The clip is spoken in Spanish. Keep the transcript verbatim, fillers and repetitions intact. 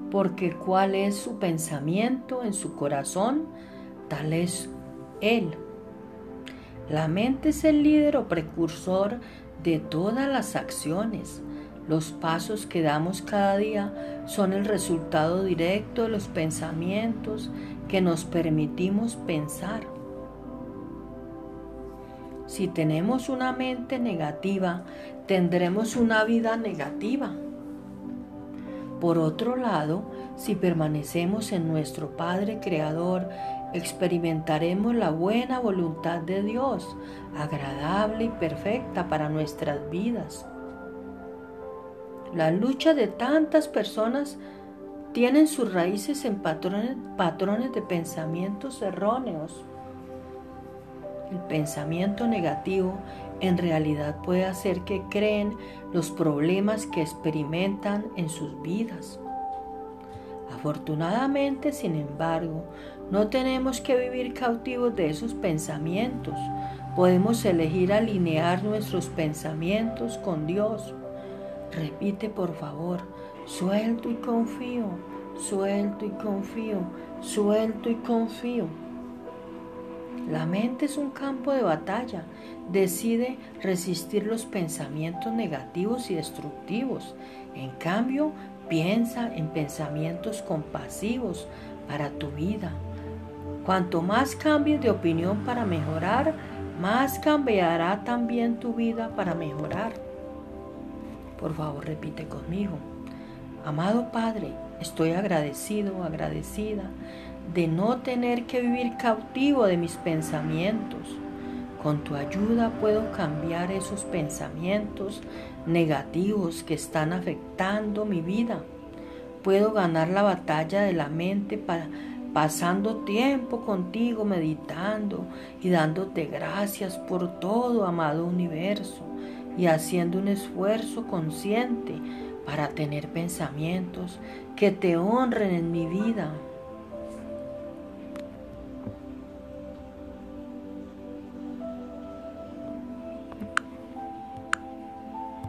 porque cuál es su pensamiento en su corazón, tal es él. La mente es el líder o precursor de todas las acciones. Los pasos que damos cada día son el resultado directo de los pensamientos que nos permitimos pensar. Si tenemos una mente negativa, tendremos una vida negativa. Por otro lado, si permanecemos en nuestro Padre Creador, experimentaremos la buena voluntad de Dios, agradable y perfecta para nuestras vidas. La lucha de tantas personas tienen sus raíces en patrones, patrones de pensamientos erróneos. El pensamiento negativo en realidad puede hacer que creen los problemas que experimentan en sus vidas. Afortunadamente, sin embargo, no tenemos que vivir cautivos de esos pensamientos. Podemos elegir alinear nuestros pensamientos con Dios. Repite, por favor, suelto y confío, suelto y confío, suelto y confío. La mente es un campo de batalla. Decide resistir los pensamientos negativos y destructivos. En cambio, piensa en pensamientos compasivos para tu vida. Cuanto más cambies de opinión para mejorar, más cambiará también tu vida para mejorar. Por favor, repite conmigo. Amado Padre, estoy agradecido, agradecida de no tener que vivir cautivo de mis pensamientos. Con tu ayuda puedo cambiar esos pensamientos negativos que están afectando mi vida. Puedo ganar la batalla de la mente para, pasando tiempo contigo, meditando y dándote gracias por todo, amado universo, y haciendo un esfuerzo consciente para tener pensamientos que te honren en mi vida.